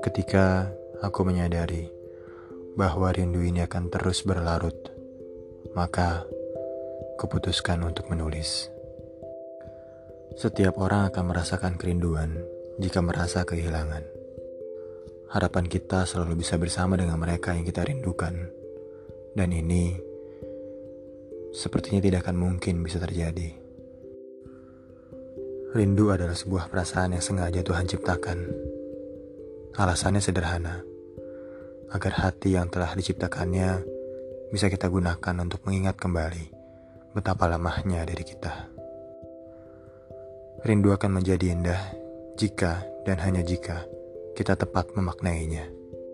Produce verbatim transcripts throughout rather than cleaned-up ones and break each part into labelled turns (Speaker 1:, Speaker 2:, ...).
Speaker 1: Ketika aku menyadari bahwa rindu ini akan terus berlarut, maka kuputuskan untuk menulis. Setiap orang akan merasakan kerinduan jika merasa kehilangan. Harapan kita selalu bisa bersama dengan mereka yang kita rindukan, dan ini sepertinya tidak akan mungkin bisa terjadi. Rindu adalah sebuah perasaan yang sengaja Tuhan ciptakan. Alasannya sederhana, agar hati yang telah diciptakannya bisa kita gunakan untuk mengingat kembali betapa lemahnya diri kita. Rindu akan menjadi indah jika dan hanya jika kita tepat memaknainya.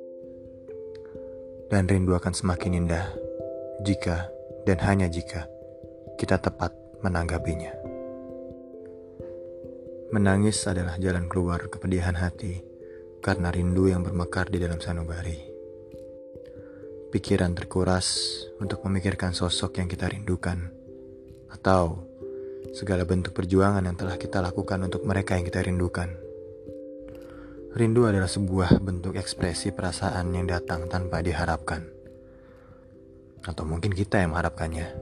Speaker 1: Dan rindu akan semakin indah jika dan hanya jika kita tepat menanggapinya. Menangis adalah jalan keluar kepedihan hati karena rindu yang bermekar di dalam sanubari. Pikiran terkuras untuk memikirkan sosok yang kita rindukan, atau segala bentuk perjuangan yang telah kita lakukan untuk mereka yang kita rindukan. Rindu adalah sebuah bentuk ekspresi perasaan yang datang tanpa diharapkan, atau mungkin kita yang mengharapkannya.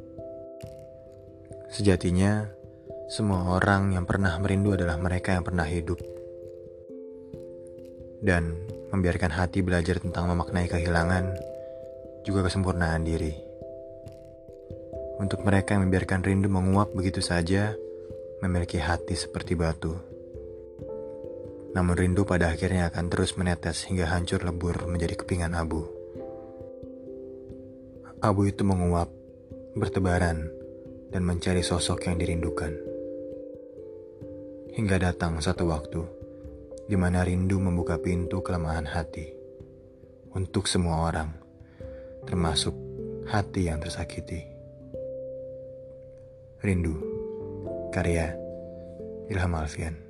Speaker 1: Sejatinya, semua orang yang pernah merindu adalah mereka yang pernah hidup, dan membiarkan hati belajar tentang memaknai kehilangan, juga kesempurnaan diri. Untuk mereka yang membiarkan rindu menguap begitu saja, memiliki hati seperti batu. Namun rindu pada akhirnya akan terus menetes hingga hancur lebur menjadi kepingan abu. Abu itu menguap, bertebaran, dan mencari sosok yang dirindukan. Hingga datang satu waktu, di mana rindu membuka pintu kelemahan hati untuk semua orang, termasuk hati yang tersakiti. Rindu, karya Ilham Alfian.